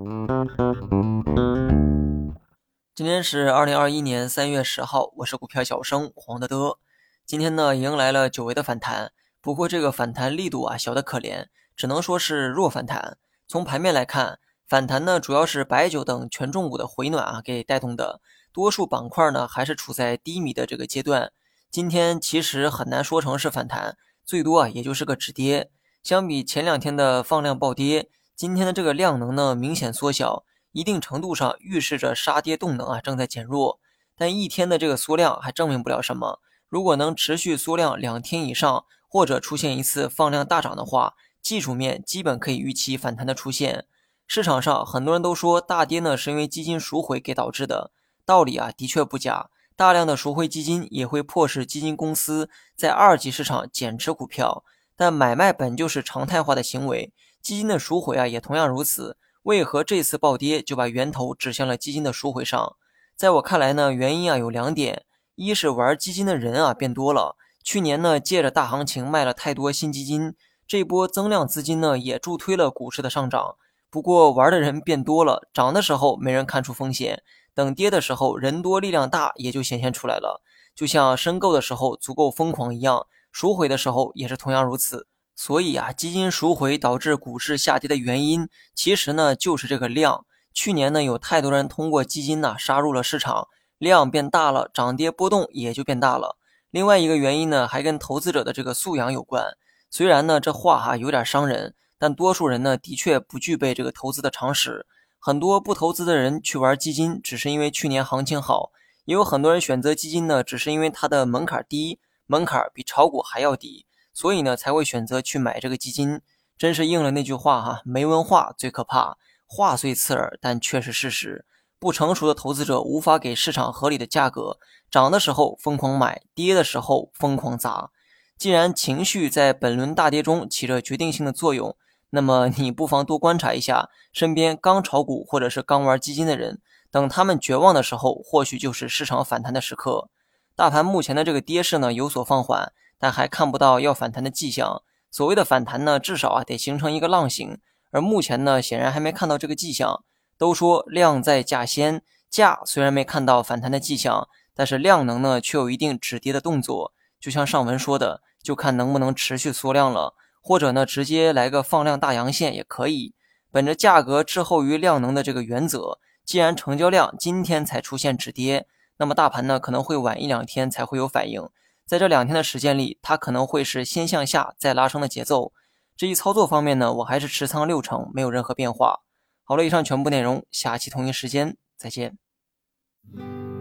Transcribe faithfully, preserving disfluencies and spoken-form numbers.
今天是二零二一年三月十号，我是股票小生黄德德。今天呢，迎来了久违的反弹，不过这个反弹力度啊小得可怜，只能说是弱反弹。从盘面来看，反弹呢主要是白酒等权重股的回暖啊给带动的，多数板块呢还是处在低迷的这个阶段。今天其实很难说成是反弹，最多啊也就是个止跌。相比前两天的放量暴跌，今天的这个量能呢明显缩小。一定程度上预示着杀跌动能啊正在减弱，但一天的这个缩量还证明不了什么。如果能持续缩量两天以上，或者出现一次放量大涨的话，技术面基本可以预期反弹的出现。市场上很多人都说大跌呢是因为基金赎回给导致的，道理啊的确不假，大量的赎回基金也会迫使基金公司在二级市场减持股票，但买卖本就是常态化的行为，基金的赎回啊也同样如此。为何这次暴跌就把源头指向了基金的赎回上？在我看来呢，原因啊有两点，一是玩基金的人啊变多了，去年呢借着大行情卖了太多新基金，这波增量资金呢也助推了股市的上涨。不过玩的人变多了，涨的时候没人看出风险，等跌的时候人多力量大也就显现出来了。就像申购的时候足够疯狂一样，赎回的时候也是同样如此。所以啊，基金赎回导致股市下跌的原因，其实呢就是这个量。去年呢有太多人通过基金呢杀入了市场，量变大了，涨跌波动也就变大了。另外一个原因呢，还跟投资者的这个素养有关。虽然呢这话哈有点伤人，但多数人呢的确不具备这个投资的常识。很多不投资的人去玩基金，只是因为去年行情好；也有很多人选择基金呢，只是因为它的门槛低，门槛比炒股还要低。所以呢，才会选择去买这个基金，真是应了那句话哈，没文化最可怕。话虽刺耳，但却是事实。不成熟的投资者无法给市场合理的价格，涨的时候疯狂买，跌的时候疯狂砸。既然情绪在本轮大跌中起着决定性的作用，那么你不妨多观察一下身边刚炒股或者是刚玩基金的人，等他们绝望的时候，或许就是市场反弹的时刻。大盘目前的这个跌势呢有所放缓，但还看不到要反弹的迹象。所谓的反弹呢，至少啊得形成一个浪形，而目前呢，显然还没看到这个迹象。都说量在价先，价虽然没看到反弹的迹象，但是量能呢却有一定止跌的动作。就像上文说的，就看能不能持续缩量了，或者呢直接来个放量大阳线也可以。本着价格滞后于量能的这个原则，既然成交量今天才出现止跌，那么大盘呢可能会晚一两天才会有反应。在这两天的时间里，它可能会是先向下再拉升的节奏。至于操作方面呢，我还是持仓六成，没有任何变化。好了，以上全部内容，下期同一时间再见。